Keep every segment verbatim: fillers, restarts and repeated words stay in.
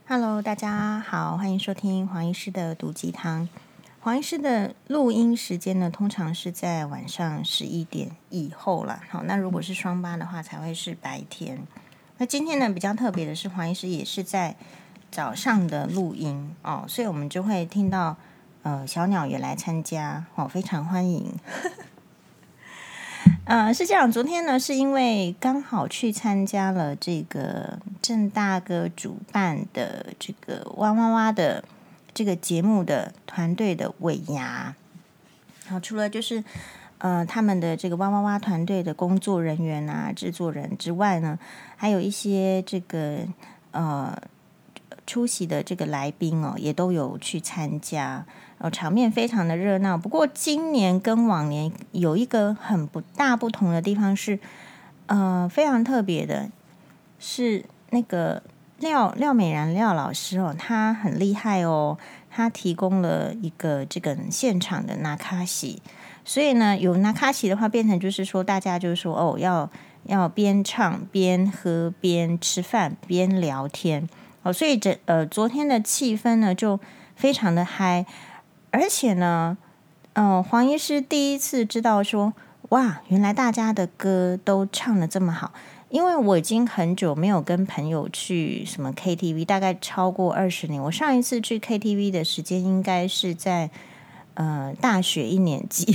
Hello，大家好，欢迎收听黄医师的毒鸡汤。黄医师的录音时间呢，通常是在晚上十一点以后啦。好，那如果是双八的话，才会是白天。那今天呢，比较特别的是，黄医师也是在早上的录音哦，所以我们就会听到呃小鸟也来参加哦，非常欢迎。呃，是这样，昨天呢，是因为刚好去参加了这个郑大哥主办的这个哇哇哇的这个节目的团队的尾牙。好，除了就是呃他们的这个哇哇哇团队的工作人员啊、制作人之外呢，还有一些这个呃出席的这个来宾哦，也都有去参加。哦，场面非常的热闹。不过今年跟往年有一个很不大不同的地方是，呃，非常特别的，是那个廖廖美然廖老师哦，他很厉害哦，他提供了一个这个现场的纳卡西，所以呢，有纳卡西的话，变成就是说大家就是说哦，要要边唱边喝边吃饭边聊天哦，所以这呃昨天的气氛呢就非常的嗨。而且呢，嗯、呃，黄医师第一次知道说，哇，原来大家的歌都唱得这么好。因为我已经很久没有跟朋友去什么 K T V， 大概超过二十年。我上一次去 K T V 的时间应该是在呃大学一年级，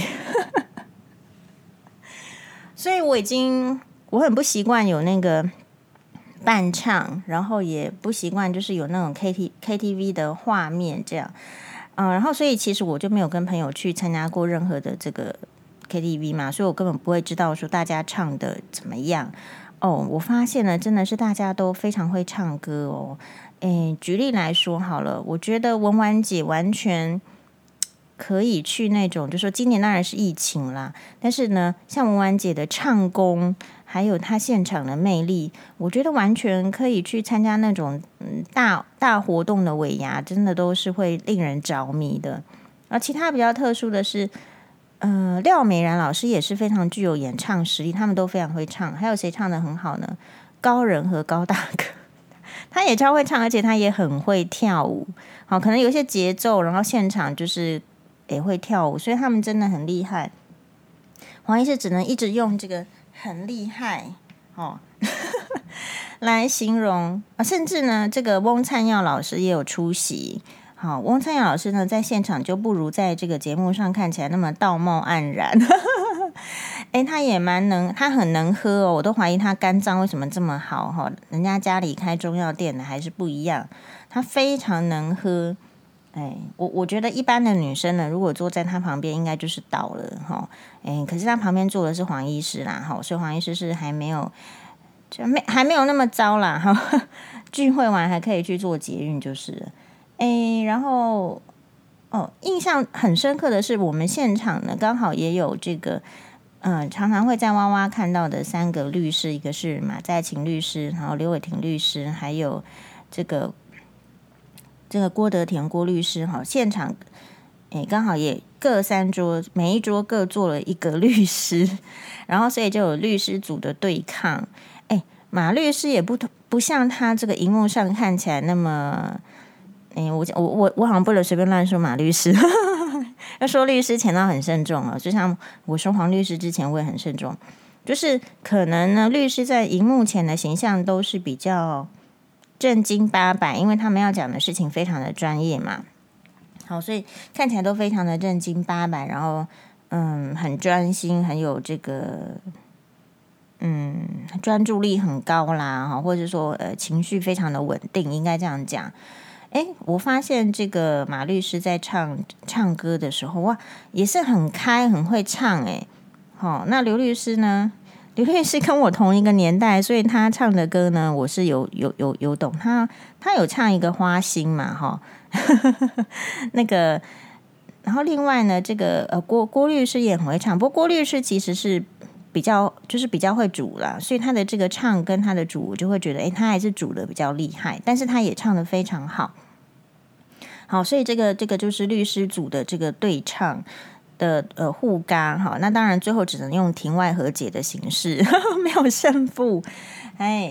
所以我已经我很不习惯有那个伴唱，然后也不习惯就是有那种 K T K T V 的画面这样。嗯，然后所以其实我就没有跟朋友去参加过任何的这个 K T V 嘛，所以我根本不会知道说大家唱的怎么样。哦，我发现了，真的是大家都非常会唱歌哦。诶，举例来说好了，我觉得文婉姐完全可以去那种，就说今年当然是疫情啦，但是呢，像文婉姐的唱功，还有她现场的魅力，我觉得完全可以去参加那种嗯大大活动的尾牙，真的都是会令人着迷的。而其他比较特殊的是，呃，廖美然老师也是非常具有演唱实力，他们都非常会唱。还有谁唱得很好呢？高人和高大哥，他也超会唱，而且他也很会跳舞。好，可能有些节奏，然后现场就是也会跳舞，所以他们真的很厉害。黄医师只能一直用这个很厉害哦来形容啊，甚至呢，这个翁灿耀老师也有出席。好，翁灿耀老师呢，在现场就不如在这个节目上看起来那么道貌岸然。哎，他也蛮能，他很能喝哦，我都怀疑他肝脏为什么这么好哈？人家家里开中药店的还是不一样，他非常能喝。哎，我我觉得一般的女生呢，如果坐在他旁边，应该就是倒了哈。哎，可是他旁边坐的是黄医师啦，哈，所以黄医师是还没有，就没还没有那么糟啦哈。聚会完还可以去做捷运就是了。诶，然后哦，印象很深刻的是，我们现场呢刚好也有这个，嗯、呃，常常会在哇哇看到的三个律师，一个是马在勤律师，然后刘伟霆律师，还有这个这个郭德田郭律师哈，现场诶刚好也各三桌，每一桌各坐了一个律师，然后所以就有律师组的对抗。诶，马律师也不不像他这个荧幕上看起来那么。哎，我我我我好像不能随便乱说马律师，要说律师前要很慎重哦。就像我说黄律师之前，我也很慎重。就是可能呢，律师在荧幕前的形象都是比较正经八百，因为他们要讲的事情非常的专业嘛。好，所以看起来都非常的正经八百，然后嗯，很专心，很有这个嗯专注力很高啦，哈，或者说呃情绪非常的稳定，应该这样讲。哎，我发现这个马律师在唱唱歌的时候，哇，也是很开，很会唱哎。好、哦，那刘律师呢？刘律师跟我同一个年代，所以他唱的歌呢，我是有有有有懂。他他有唱一个花心嘛，哈、哦，那个。然后另外呢，这个呃郭郭律师也很会唱，不过郭律师其实是比较就是比较会煮啦，所以他的这个唱跟他的煮，我就会觉得，哎，他还是煮的比较厉害，但是他也唱的非常好。好，所以这个这个就是律师组的这个对唱的呃互嘎哈，那当然最后只能用庭外和解的形式，没有胜负。哎，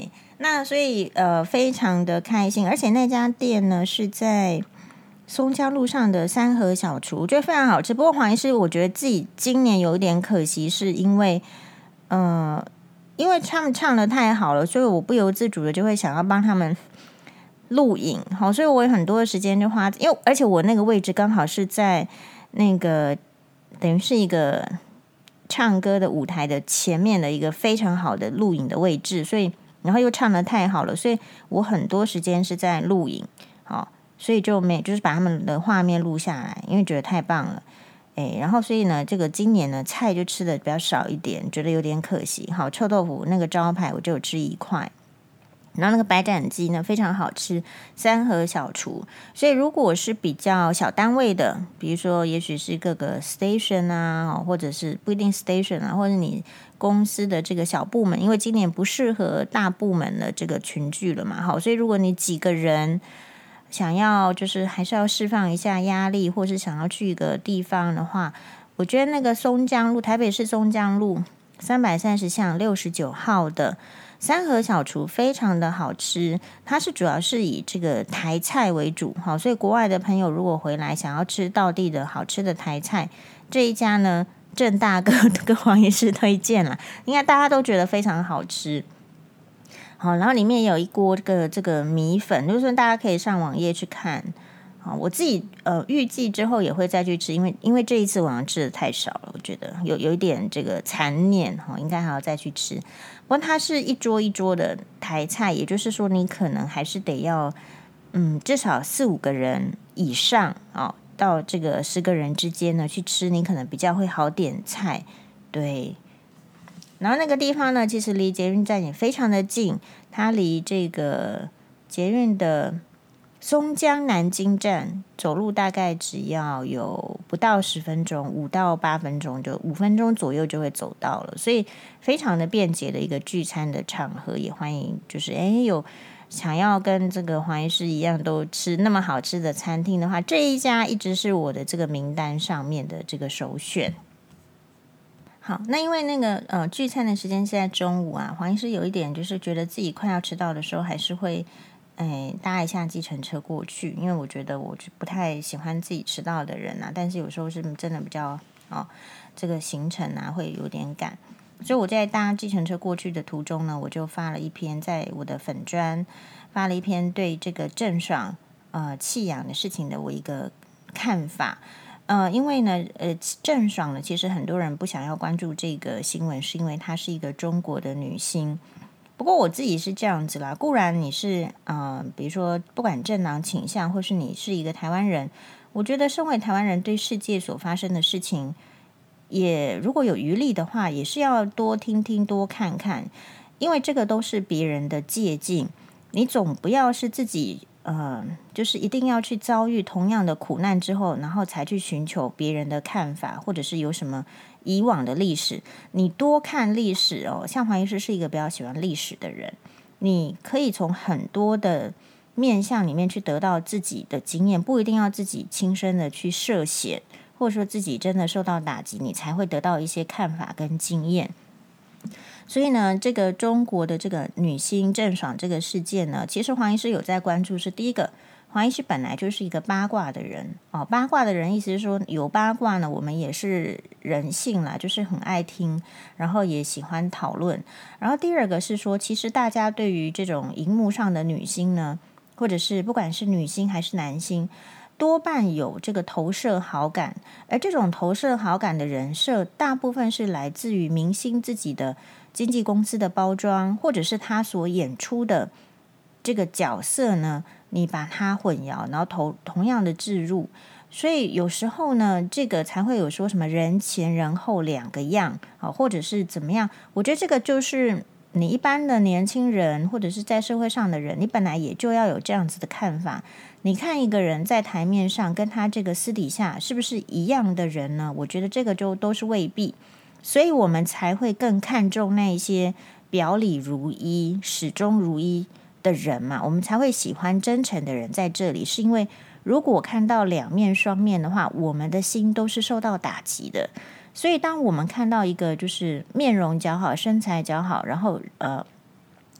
那所以呃，非常的开心，而且那家店呢是在松江路上的三和小厨，我觉得非常好吃。不过黄医师，我觉得自己今年有一点可惜，是因为呃，因为他们唱的太好了，所以我不由自主的就会想要帮他们录影，好，所以我有很多的时间就花，因为而且我那个位置刚好是在那个等于是一个唱歌的舞台的前面的一个非常好的录影的位置，所以然后又唱得太好了，所以我很多时间是在录影，好，所以就没就是把他们的画面录下来，因为觉得太棒了，哎，然后所以呢，这个今年呢菜就吃的比较少一点，觉得有点可惜。好，臭豆腐那个招牌我就有吃一块。然后那个白斩鸡呢非常好吃，三和小厨。所以如果是比较小单位的，比如说也许是各个 station 啊，或者是不一定 station 啊，或者你公司的这个小部门，因为今年不适合大部门的这个群聚了嘛，好，所以如果你几个人想要就是还是要释放一下压力，或是想要去一个地方的话，我觉得那个松江路，台北市松江路三百三十巷六十九号的三和小厨非常的好吃，它是主要是以这个台菜为主，好，所以国外的朋友如果回来想要吃道地的好吃的台菜，这一家呢，郑大哥跟黄医师推荐了，应该大家都觉得非常好吃。好，然后里面有一锅这个这个米粉，就是大家可以上网页去看。好，我自己呃预计之后也会再去吃，因为因为这一次晚上吃的太少了，我觉得有有一点这个残念哈，应该还要再去吃。不过它是一桌一桌的台菜，也就是说你可能还是得要嗯至少四五个人以上啊，到这个十个人之间呢去吃，你可能比较会好点菜，对。然后那个地方呢，其实离捷运站也非常的近，它离这个捷运的松江南京站走路大概只要有不到十分钟，五到八分钟，就五分钟左右就会走到了，所以非常的便捷的一个聚餐的场合，也欢迎就是诶有想要跟这个黄医师一样都吃那么好吃的餐厅的话，这一家一直是我的这个名单上面的这个首选。好，那因为那个呃聚餐的时间是在中午啊，黄医师有一点就是觉得自己快要迟到的时候，还是会哎搭一下计程车过去，因为我觉得我不太喜欢自己迟到的人啊，但是有时候是真的比较哦这个行程啊会有点赶，所以我在搭计程车过去的途中呢，我就发了一篇在我的粉专发了一篇对这个郑爽呃弃养的事情的我一个看法。呃，因为呢，呃，郑爽呢，其实很多人不想要关注这个新闻，是因为她是一个中国的女星。不过我自己是这样子啦，固然你是呃，比如说不管政党倾向，或是你是一个台湾人，我觉得身为台湾人，对世界所发生的事情，也如果有余力的话，也是要多听听、多看看，因为这个都是别人的借鉴，你总不要是自己。呃，就是一定要去遭遇同样的苦难之后，然后才去寻求别人的看法，或者是有什么以往的历史。你多看历史哦，像黄医师是一个比较喜欢历史的人，你可以从很多的面向里面去得到自己的经验，不一定要自己亲身的去涉险，或者说自己真的受到打击，你才会得到一些看法跟经验。所以呢，这个中国的这个女星郑爽这个事件呢，其实黄医师有在关注。是第一个，黄医师本来就是一个八卦的人哦，八卦的人意思是说有八卦呢，我们也是人性啦，就是很爱听，然后也喜欢讨论。然后第二个是说，其实大家对于这种荧幕上的女星呢，或者是不管是女星还是男星，多半有这个投射好感，而这种投射好感的人设，大部分是来自于明星自己的经纪公司的包装，或者是他所演出的这个角色呢，你把它混淆，然后同同样的置入，所以有时候呢，这个才会有说什么人前人后两个样，啊，或者是怎么样？我觉得这个就是你一般的年轻人，或者是在社会上的人，你本来也就要有这样子的看法。你看一个人在台面上跟他这个私底下是不是一样的人呢？我觉得这个就都是未必。所以我们才会更看重那些表里如一、始终如一的人嘛，我们才会喜欢真诚的人在这里，是因为如果看到两面双面的话，我们的心都是受到打击的。所以当我们看到一个就是面容姣好、身材姣好，然后呃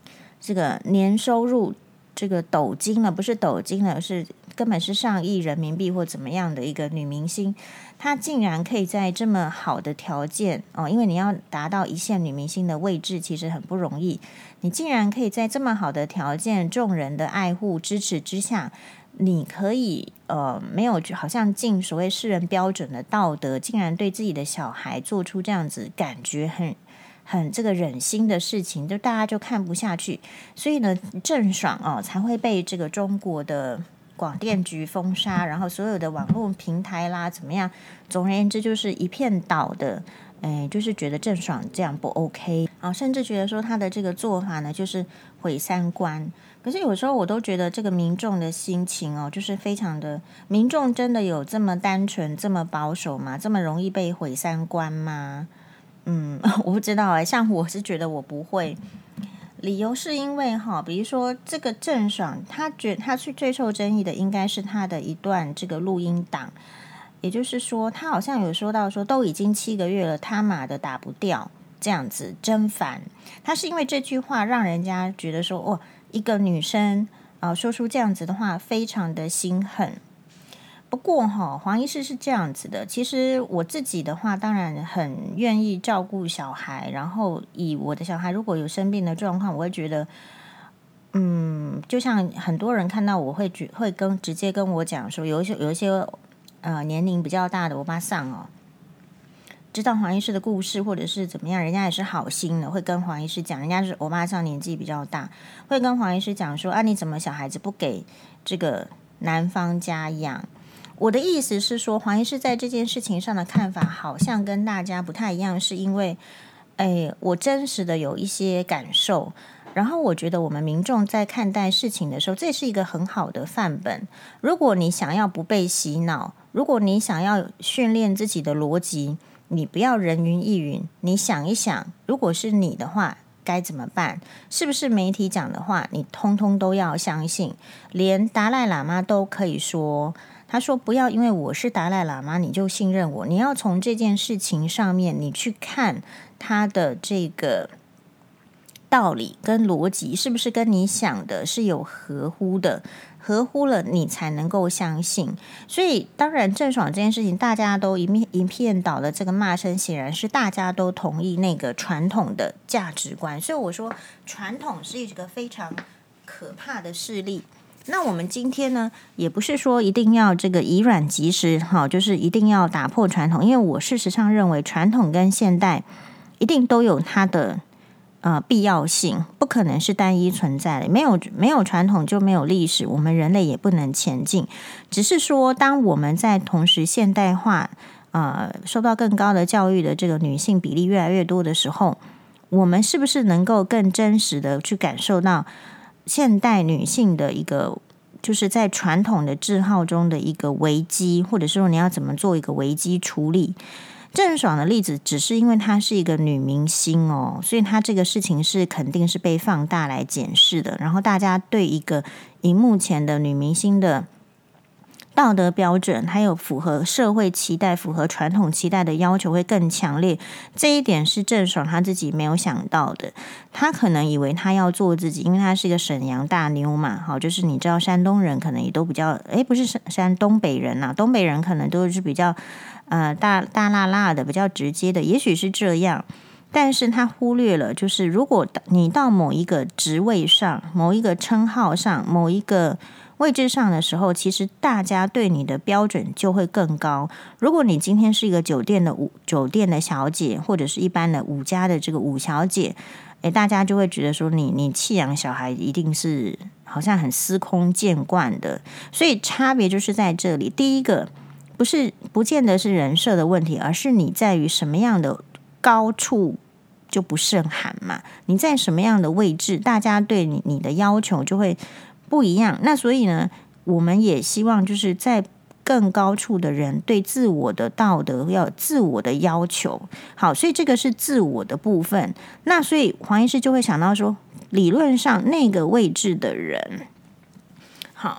这个年收入这个斗金了，不是斗金了，是根本是上亿人民币或怎么样的一个女明星，她竟然可以在这么好的条件哦，因为你要达到一线女明星的位置其实很不容易，你竟然可以在这么好的条件、众人的爱护支持之下，你可以呃没有好像尽所谓世人标准的道德，竟然对自己的小孩做出这样子感觉很很这个忍心的事情，就大家就看不下去，所以呢，郑爽哦才会被这个中国的广电局封杀，然后所有的网络平台啦怎么样，总而言之就是一片倒的，哎，就是觉得郑爽这样不 OK 啊，甚至觉得说他的这个做法呢就是毁三观。可是有时候我都觉得这个民众的心情哦，就是非常的，民众真的有这么单纯、这么保守吗？这么容易被毁三观吗？嗯，我不知道哎、欸，像我是觉得我不会，理由是因为哈，比如说这个郑爽，他觉他去最受争议的应该是他的一段这个录音档，也就是说，他好像有说到说都已经七个月了，他妈的打不掉，这样子真烦。他是因为这句话让人家觉得说，哦，一个女生啊、呃、说出这样子的话，非常的心狠。不过哈，黄医师是这样子的。其实我自己的话，当然很愿意照顾小孩，然后以我的小孩如果有生病的状况，我会觉得，嗯，就像很多人看到我会觉会跟直接跟我讲说，有一些有一些呃年龄比较大的欧巴桑哦，知道黄医师的故事或者是怎么样，人家也是好心的，会跟黄医师讲，人家是欧巴桑年纪比较大，会跟黄医师讲说啊，你怎么小孩子不给这个男方家养？我的意思是说，黄医师在这件事情上的看法好像跟大家不太一样，是因为，哎，我真实的有一些感受，然后我觉得我们民众在看待事情的时候，这是一个很好的范本。如果你想要不被洗脑，如果你想要训练自己的逻辑，你不要人云亦云，你想一想，如果是你的话，该怎么办？是不是媒体讲的话，你通通都要相信？连达赖喇嘛都可以说。他说不要因为我是达赖喇嘛你就信任我，你要从这件事情上面你去看他的这个道理跟逻辑是不是跟你想的是有合乎的，合乎了你才能够相信。所以当然郑爽这件事情大家都一面一片倒的这个骂声，显然是大家都同意那个传统的价值观。所以我说传统是一个非常可怕的势力。那我们今天呢，也不是说一定要这个以卵击石，哈，就是一定要打破传统，因为我事实上认为传统跟现代一定都有它的呃必要性，不可能是单一存在的。没有没有传统就没有历史，我们人类也不能前进。只是说，当我们在同时现代化，呃，受到更高的教育的这个女性比例越来越多的时候，我们是不是能够更真实的去感受到现代女性的一个，就是在传统的字号中的一个危机，或者说你要怎么做一个危机处理？郑爽的例子只是因为她是一个女明星哦，所以她这个事情是肯定是被放大来检视的。然后大家对一个荧幕前的女明星的道德标准，还有符合社会期待、符合传统期待的要求会更强烈，这一点是郑爽她自己没有想到的。她可能以为她要做自己，因为她是一个沈阳大妞嘛，好，就是你知道山东人可能也都比较，诶，不是山东北人啊，东北人可能都是比较呃大大辣辣的，比较直接的，也许是这样。但是他忽略了，就是如果你到某一个职位上、某一个称号上、某一个位置上的时候，其实大家对你的标准就会更高。如果你今天是一个酒店的舞酒店的小姐，或者是一般的舞家的这个舞小姐，诶，大家就会觉得说你你弃养小孩一定是好像很司空见惯的。所以差别就是在这里。第一个不是不见得是人设的问题，而是你在于什么样的高处就不胜寒嘛。你在什么样的位置，大家对你你的要求就会不一样。那所以呢，我们也希望就是在更高处的人对自我的道德要有自我的要求。好，所以这个是自我的部分。那所以黄医师就会想到说，理论上那个位置的人，好，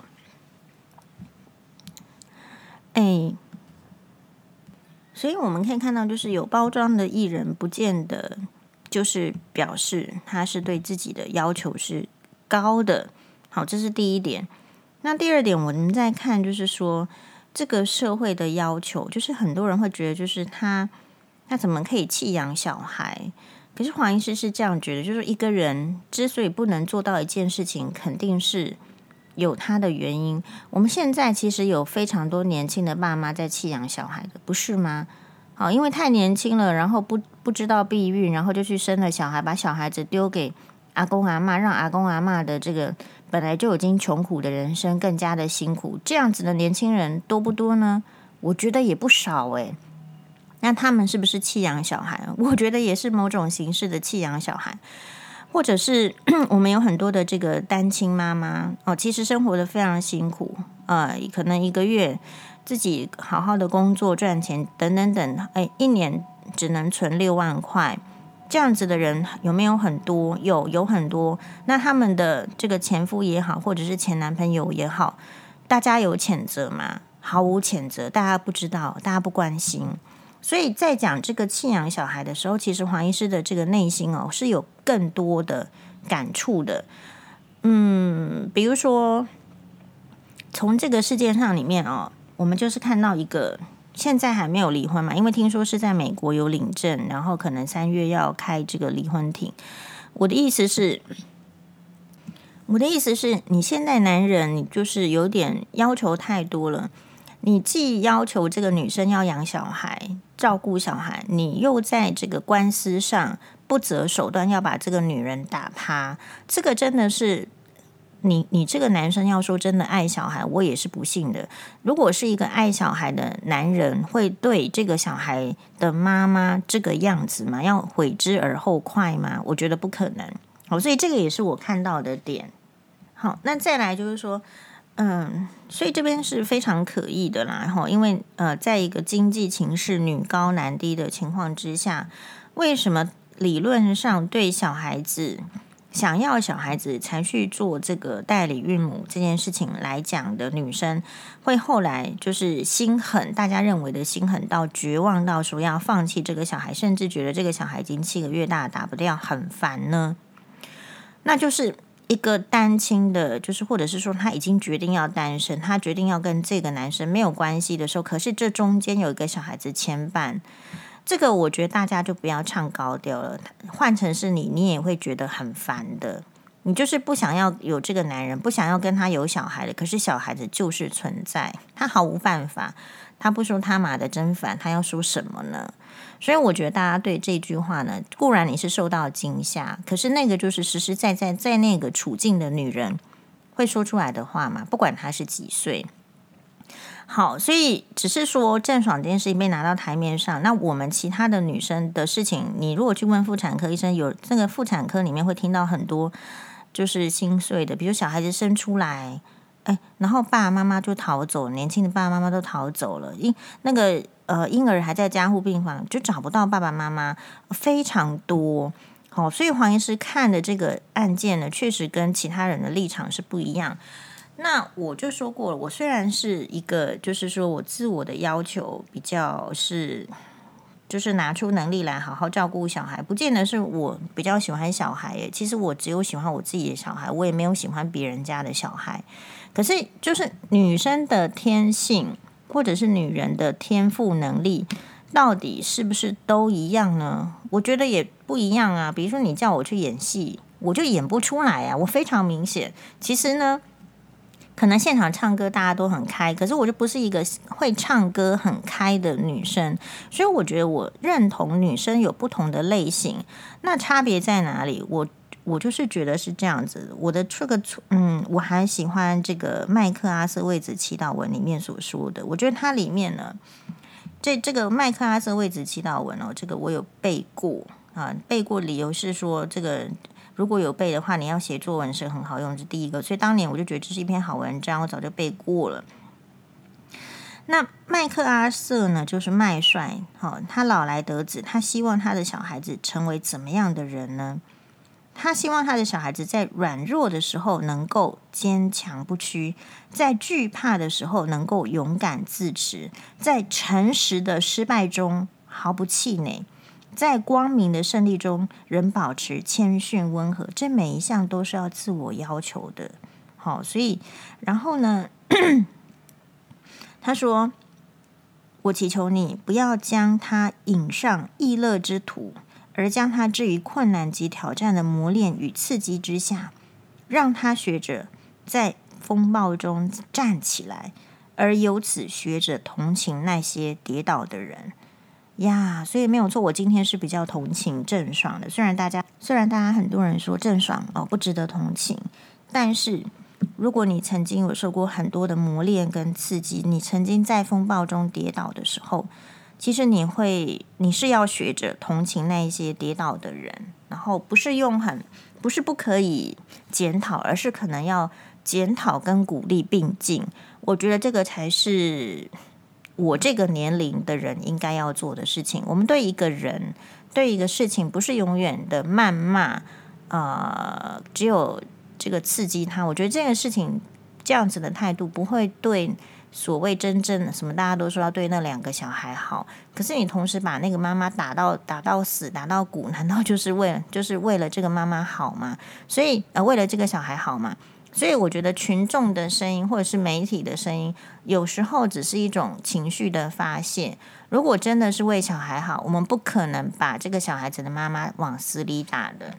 哎，所以我们可以看到，就是有包装的艺人，不见得就是表示他是对自己的要求是高的。好，这是第一点。那第二点，我们再看就是说，这个社会的要求，就是很多人会觉得，就是他他怎么可以弃养小孩？可是黄医师是这样觉得，就是一个人之所以不能做到一件事情，肯定是有他的原因。我们现在其实有非常多年轻的爸妈在弃养小孩的，不是吗？好，因为太年轻了，然后不不知道避孕，然后就去生了小孩，把小孩子丢给阿公阿嬷，让阿公阿嬷的这个本来就已经穷苦的人生更加的辛苦。这样子的年轻人多不多呢？我觉得也不少诶。那他们是不是弃养小孩？我觉得也是某种形式的弃养小孩。或者是我们有很多的这个单亲妈妈哦，其实生活的非常辛苦，呃，可能一个月自己好好的工作赚钱等等等，哎，一年只能存六万块，这样子的人有没有很多？有，有很多。那他们的这个前夫也好，或者是前男朋友也好，大家有谴责吗？毫无谴责，大家不知道，大家不关心。所以在讲这个弃养小孩的时候，其实黄医师的这个内心哦是有更多的感触的。嗯，比如说从这个事件上里面哦，我们就是看到一个现在还没有离婚嘛，因为听说是在美国有领证，然后可能三月要开这个离婚庭。我的意思是，我的意思是你现在男人你就是有点要求太多了。你既要求这个女生要养小孩、照顾小孩，你又在这个官司上不择手段要把这个女人打趴，这个真的是你你这个男生要说真的爱小孩，我也是不信的。如果是一个爱小孩的男人，会对这个小孩的妈妈这个样子吗？要悔之而后快吗？我觉得不可能。好，所以这个也是我看到的点。好，那再来就是说。嗯，所以这边是非常可疑的啦，哈，因为呃，在一个经济情势女高男低的情况之下，为什么理论上对小孩子想要小孩子才去做这个代理孕母这件事情来讲的女生，会后来就是心狠，大家认为的心狠到绝望到说要放弃这个小孩，甚至觉得这个小孩已经七个月大打不掉，很烦呢？那就是一个单亲的，就是或者是说他已经决定要单身，他决定要跟这个男生没有关系的时候，可是这中间有一个小孩子牵绊，这个我觉得大家就不要唱高调了。换成是你，你也会觉得很烦的。你就是不想要有这个男人，不想要跟他有小孩的，可是小孩子就是存在，他毫无办法。他不说他妈的真烦，他要说什么呢？所以我觉得大家对这句话呢，固然你是受到惊吓，可是那个就是实实在在在那个处境的女人会说出来的话嘛，不管她是几岁。好，所以只是说郑爽这件事情被拿到台面上，那我们其他的女生的事情，你如果去问妇产科医生，有这个妇产科里面会听到很多就是心碎的，比如小孩子生出来。哎，然后爸爸妈妈就逃走，年轻的爸爸妈妈都逃走了，因那个呃婴儿还在加护病房，就找不到爸爸妈妈，非常多。好、哦，所以黄医师看的这个案件呢，确实跟其他人的立场是不一样。那我就说过了，我虽然是一个，就是说我自我的要求比较是，就是拿出能力来好好照顾小孩，不见得是我比较喜欢小孩耶。其实我只有喜欢我自己的小孩，我也没有喜欢别人家的小孩。可是，就是女生的天性，或者是女人的天赋能力，到底是不是都一样呢？我觉得也不一样啊。比如说，你叫我去演戏，我就演不出来啊。我非常明显。其实呢，可能现场唱歌大家都很开，可是我就不是一个会唱歌很开的女生，所以我觉得我认同女生有不同的类型。那差别在哪里？我。我就是觉得是这样子，我的这个嗯，我还喜欢这个麦克阿瑟卫子祈祷文里面所说的，我觉得它里面呢，这这个麦克阿瑟卫子祈祷文哦，这个我有背过啊，背过理由是说，这个如果有背的话，你要写作文是很好用，这是第一个，所以当年我就觉得这是一篇好文章，我早就背过了。那麦克阿瑟呢，就是麦帅，好、哦，他老来得子，他希望他的小孩子成为怎么样的人呢？他希望他的小孩子在软弱的时候能够坚强不屈，在惧怕的时候能够勇敢自持，在诚实的失败中毫不气馁， 在光明的胜利中仍保持谦逊温和，这每一项都是要自我要求的。好，所以然后呢他说，我祈求你不要将他引上逸乐之途，而将他置于困难及挑战的磨练与刺激之下，让他学着在风暴中站起来，而由此学着同情那些跌倒的人呀。所以没有错，我今天是比较同情郑爽的。虽然大家虽然大家很多人说郑爽哦不值得同情，但是如果你曾经有受过很多的磨练跟刺激，你曾经在风暴中跌倒的时候，其实你会你是要学着同情那一些跌倒的人，然后不是用很不是不可以检讨，而是可能要检讨跟鼓励并进。我觉得这个才是我这个年龄的人应该要做的事情。我们对一个人对一个事情不是永远的谩骂，呃，只有这个刺激他。我觉得这个事情这样子的态度不会对所谓真正的什么大家都说要对那两个小孩好，可是你同时把那个妈妈打到打到死打到骨，难道就是为了就是为了这个妈妈好吗？所以呃为了这个小孩好吗？所以我觉得群众的声音或者是媒体的声音有时候只是一种情绪的发泄。如果真的是为小孩好，我们不可能把这个小孩子的妈妈往死里打的。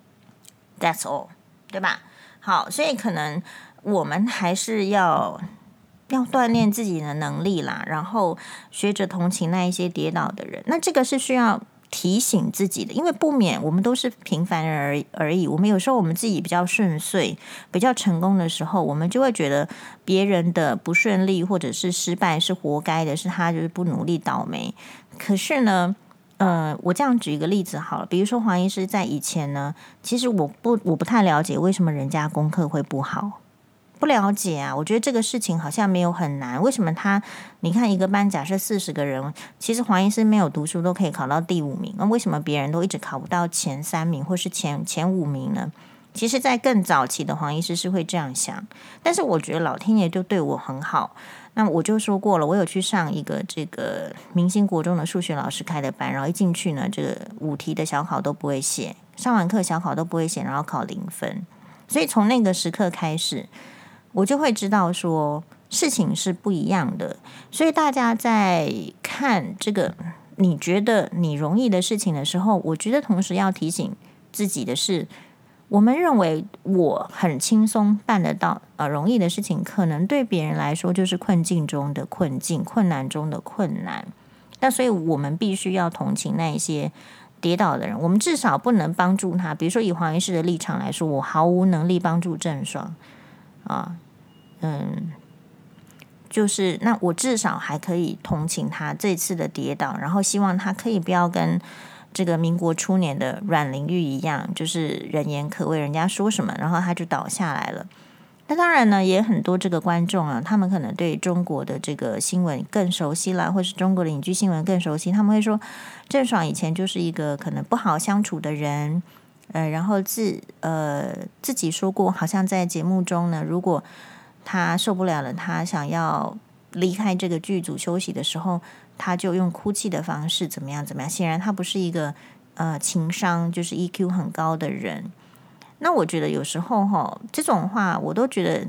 That's all， 对吧？好，所以可能我们还是要要锻炼自己的能力啦，然后学着同情那一些跌倒的人。那这个是需要提醒自己的，因为不免我们都是平凡人而而已。我们有时候我们自己比较顺遂、比较成功的时候，我们就会觉得别人的不顺利或者是失败是活该的，是他就是不努力倒霉。可是呢，呃，我这样举一个例子好了，比如说黄医师在以前呢，其实我不我不太了解为什么人家功课会不好。不了解啊，我觉得这个事情好像没有很难。为什么他？你看一个班假设四十个人，其实黄医师没有读书都可以考到第五名，那为什么别人都一直考不到前三名或是前前五名呢？其实，在更早期的黄医师是会这样想，但是我觉得老天爷就对我很好。那我就说过了，我有去上一个这个明星国中的数学老师开的班，然后一进去呢，这个五题的小考都不会写，上完课小考都不会写，然后考零分。所以从那个时刻开始，我就会知道说事情是不一样的。所以大家在看这个你觉得你容易的事情的时候，我觉得同时要提醒自己的是，我们认为我很轻松办得到呃容易的事情，可能对别人来说就是困境中的困境，困难中的困难。那所以我们必须要同情那一些跌倒的人，我们至少不能帮助他。比如说以黄医师的立场来说，我毫无能力帮助郑爽啊，嗯，就是那我至少还可以同情他这次的跌倒，然后希望他可以不要跟这个民国初年的阮玲玉一样，就是人言可畏，人家说什么，然后他就倒下来了。那当然呢，也很多这个观众啊，他们可能对中国的这个新闻更熟悉啦，或是中国的影剧新闻更熟悉，他们会说郑爽以前就是一个可能不好相处的人。呃，然后自呃自己说过，好像在节目中呢，如果他受不了了，他想要离开这个剧组休息的时候，他就用哭泣的方式怎么样怎么样。显然他不是一个呃情商就是 E Q 很高的人。那我觉得有时候哈，这种话我都觉得，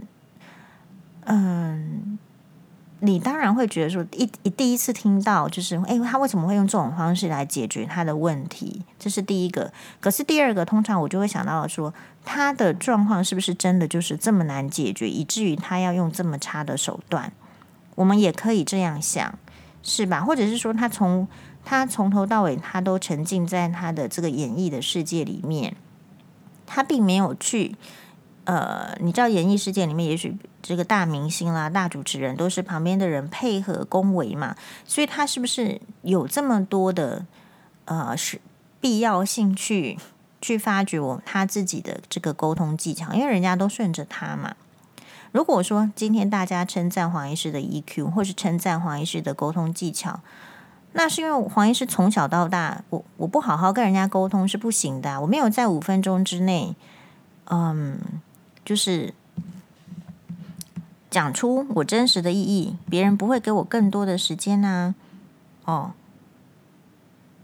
嗯。你当然会觉得说一一第一次听到就是诶他为什么会用这种方式来解决他的问题，这是第一个。可是第二个，通常我就会想到说他的状况是不是真的就是这么难解决，以至于他要用这么差的手段。我们也可以这样想，是吧？或者是说他从他从头到尾他都沉浸在他的这个演绎的世界里面，他并没有去呃，你知道演艺世界里面也许这个大明星啦、大主持人都是旁边的人配合恭维嘛，所以他是不是有这么多的呃是必要性去去发掘我他自己的这个沟通技巧？因为人家都顺着他嘛。如果说今天大家称赞黄医师的 E Q， 或是称赞黄医师的沟通技巧，那是因为黄医师从小到大，我我不好好跟人家沟通是不行的、啊，我没有在五分钟之内，嗯。就是讲出我真实的意义，别人不会给我更多的时间啊。哦，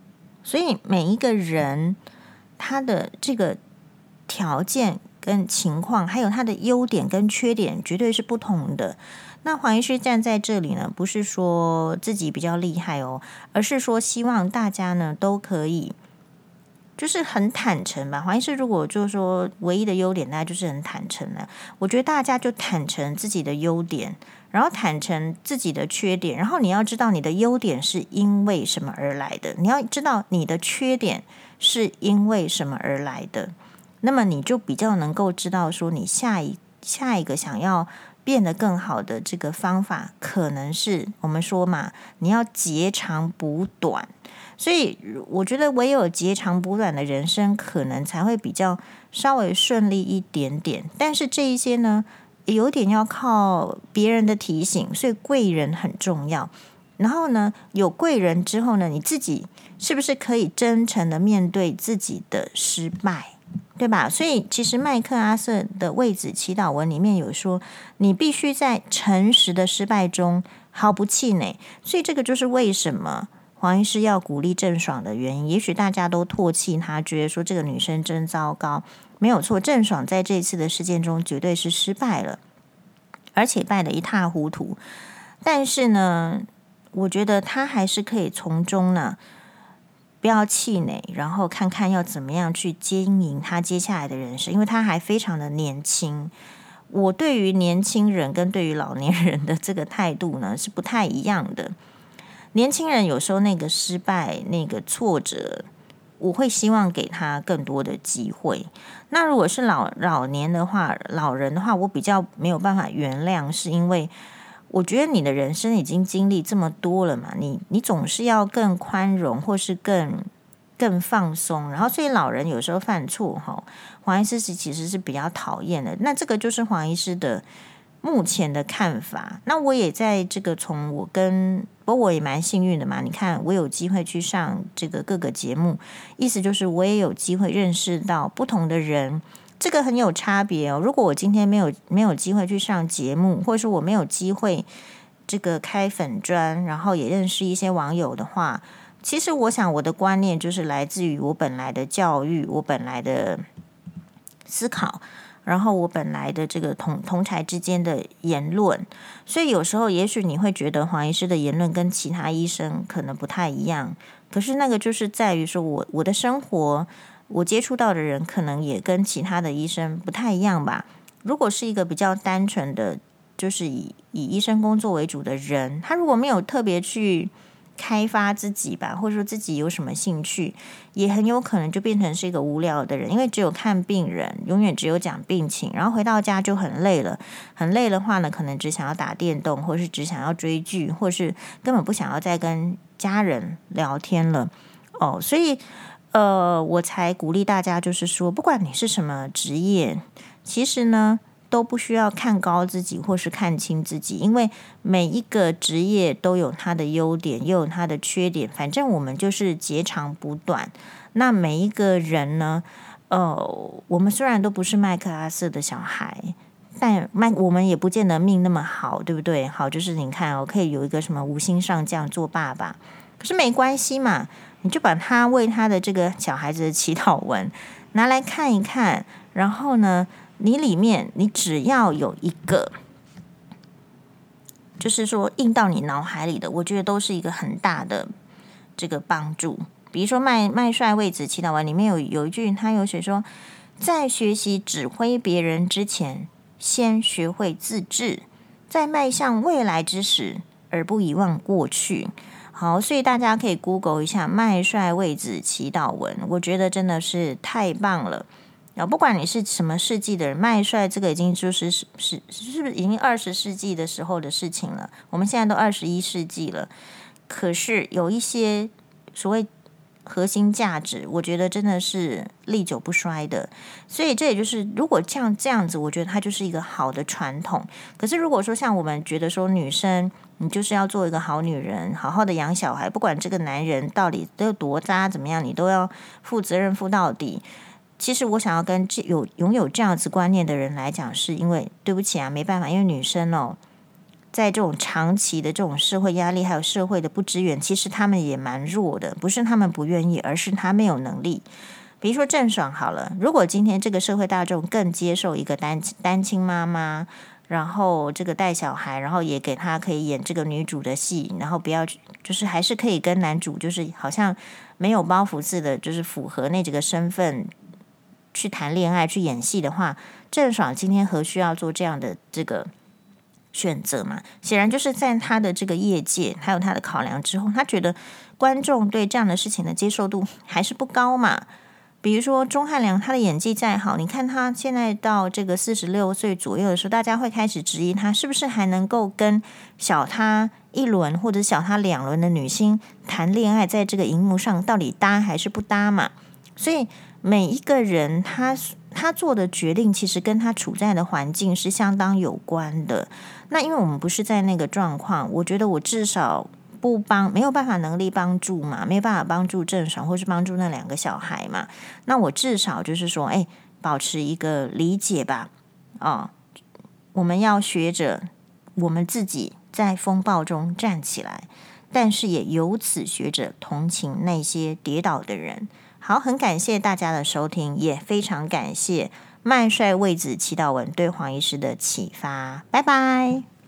所以每一个人他的这个条件跟情况，还有他的优点跟缺点绝对是不同的。那黄医师站在这里呢，不是说自己比较厉害哦，而是说希望大家呢都可以就是很坦诚吧。黄医师如果就是说唯一的优点，大家就是很坦诚了。我觉得大家就坦诚自己的优点，然后坦诚自己的缺点，然后你要知道你的优点是因为什么而来的，你要知道你的缺点是因为什么而来的，那么你就比较能够知道说你下一下一个想要变得更好的这个方法，可能是我们说嘛，你要截长补短。所以我觉得唯有截长补短的人生，可能才会比较稍微顺利一点点。但是这一些呢，有点要靠别人的提醒，所以贵人很重要。然后呢，有贵人之后呢，你自己是不是可以真诚的面对自己的失败，对吧？所以其实麦克阿瑟的位子祈祷文里面有说，你必须在诚实的失败中毫不气馁。所以这个就是为什么黄医师要鼓励郑爽的原因。也许大家都唾弃他，觉得说这个女生真糟糕，没有错，郑爽在这次的事件中绝对是失败了，而且败得一塌糊涂。但是呢，我觉得他还是可以从中呢不要气馁，然后看看要怎么样去经营他接下来的人生，因为他还非常的年轻。我对于年轻人跟对于老年人的这个态度呢是不太一样的。年轻人有时候那个失败、那个挫折，我会希望给他更多的机会。那如果是老老年的话，老人的话，我比较没有办法原谅，是因为我觉得你的人生已经经历这么多了嘛，你你总是要更宽容，或是更更放松。然后，所以老人有时候犯错，哈，黄医师其实是比较讨厌的。那这个就是黄医师的目前的看法。那我也在这个从我跟不过我也蛮幸运的嘛，你看我有机会去上这个各个节目，意思就是我也有机会认识到不同的人，这个很有差别哦。如果我今天没有没有机会去上节目，或者说我没有机会这个开粉专，然后也认识一些网友的话，其实我想我的观念就是来自于我本来的教育，我本来的思考，然后我本来的这个同同侪之间的言论。所以有时候也许你会觉得黄医师的言论跟其他医生可能不太一样，可是那个就是在于说我我的生活，我接触到的人可能也跟其他的医生不太一样吧。如果是一个比较单纯的就是以以医生工作为主的人，他如果没有特别去开发自己吧，或者说自己有什么兴趣，也很有可能就变成是一个无聊的人，因为只有看病人，永远只有讲病情，然后回到家就很累了。很累的话呢，可能只想要打电动，或是只想要追剧，或是根本不想要再跟家人聊天了。哦，所以呃，我才鼓励大家，就是说，不管你是什么职业，其实呢都不需要看高自己或是看轻自己，因为每一个职业都有它的优点，也有它的缺点，反正我们就是截长补短。那每一个人呢，呃，我们虽然都不是麦克阿瑟的小孩，但麦我们也不见得命那么好，对不对？好，就是你看哦，可以有一个什么五星上将做爸爸，可是没关系嘛，你就把他为他的这个小孩子的祈祷文拿来看一看，然后呢，你里面你只要有一个，就是说印到你脑海里的，我觉得都是一个很大的这个帮助。比如说麦麦帅位子祈祷文里面有有一句，他有写说，在学习指挥别人之前，先学会自治，在迈向未来之时，而不遗忘过去。好，所以大家可以 Google 一下麦帅位子祈祷文，我觉得真的是太棒了。然后不管你是什么世纪的人，麦帅这个已经就是是是是不是已经二十世纪的时候的事情了？我们现在都二十一世纪了，可是有一些所谓核心价值，我觉得真的是历久不衰的。所以这也就是如果像这样子，我觉得它就是一个好的传统。可是如果说像我们觉得说女生你就是要做一个好女人，好好的养小孩，不管这个男人到底都有多渣怎么样，你都要负责任负到底。其实我想要跟有拥有这样子观念的人来讲，是因为对不起啊，没办法，因为女生哦， 在这种长期的这种社会压力还有社会的不支援，其实他们也蛮弱的，不是他们不愿意，而是他没有能力。比如说郑爽好了，如果今天这个社会大众更接受一个单单亲妈妈，然后这个带小孩，然后也给她可以演这个女主的戏，然后不要就是还是可以跟男主就是好像没有包袱似的，就是符合那几个身份去谈恋爱去演戏的话，郑爽今天何须要做这样的这个选择嘛？显然就是在他的这个业界还有他的考量之后，他觉得观众对这样的事情的接受度还是不高嘛。比如说钟汉良，他的演技再好，你看他现在到这个四十六岁左右的时候，大家会开始质疑他是不是还能够跟小他一轮或者小他两轮的女星谈恋爱，在这个荧幕上到底搭还是不搭嘛？所以每一个人他他做的决定，其实跟他处在的环境是相当有关的。那因为我们不是在那个状况，我觉得我至少不帮，没有办法能力帮助嘛，没有办法帮助郑爽，或是帮助那两个小孩嘛。那我至少就是说，哎，保持一个理解吧。哦，我们要学着我们自己在风暴中站起来，但是也由此学着同情那些跌倒的人。好，很感谢大家的收听，也非常感谢麦帅卫子祈祷文对黄医师的启发。拜拜。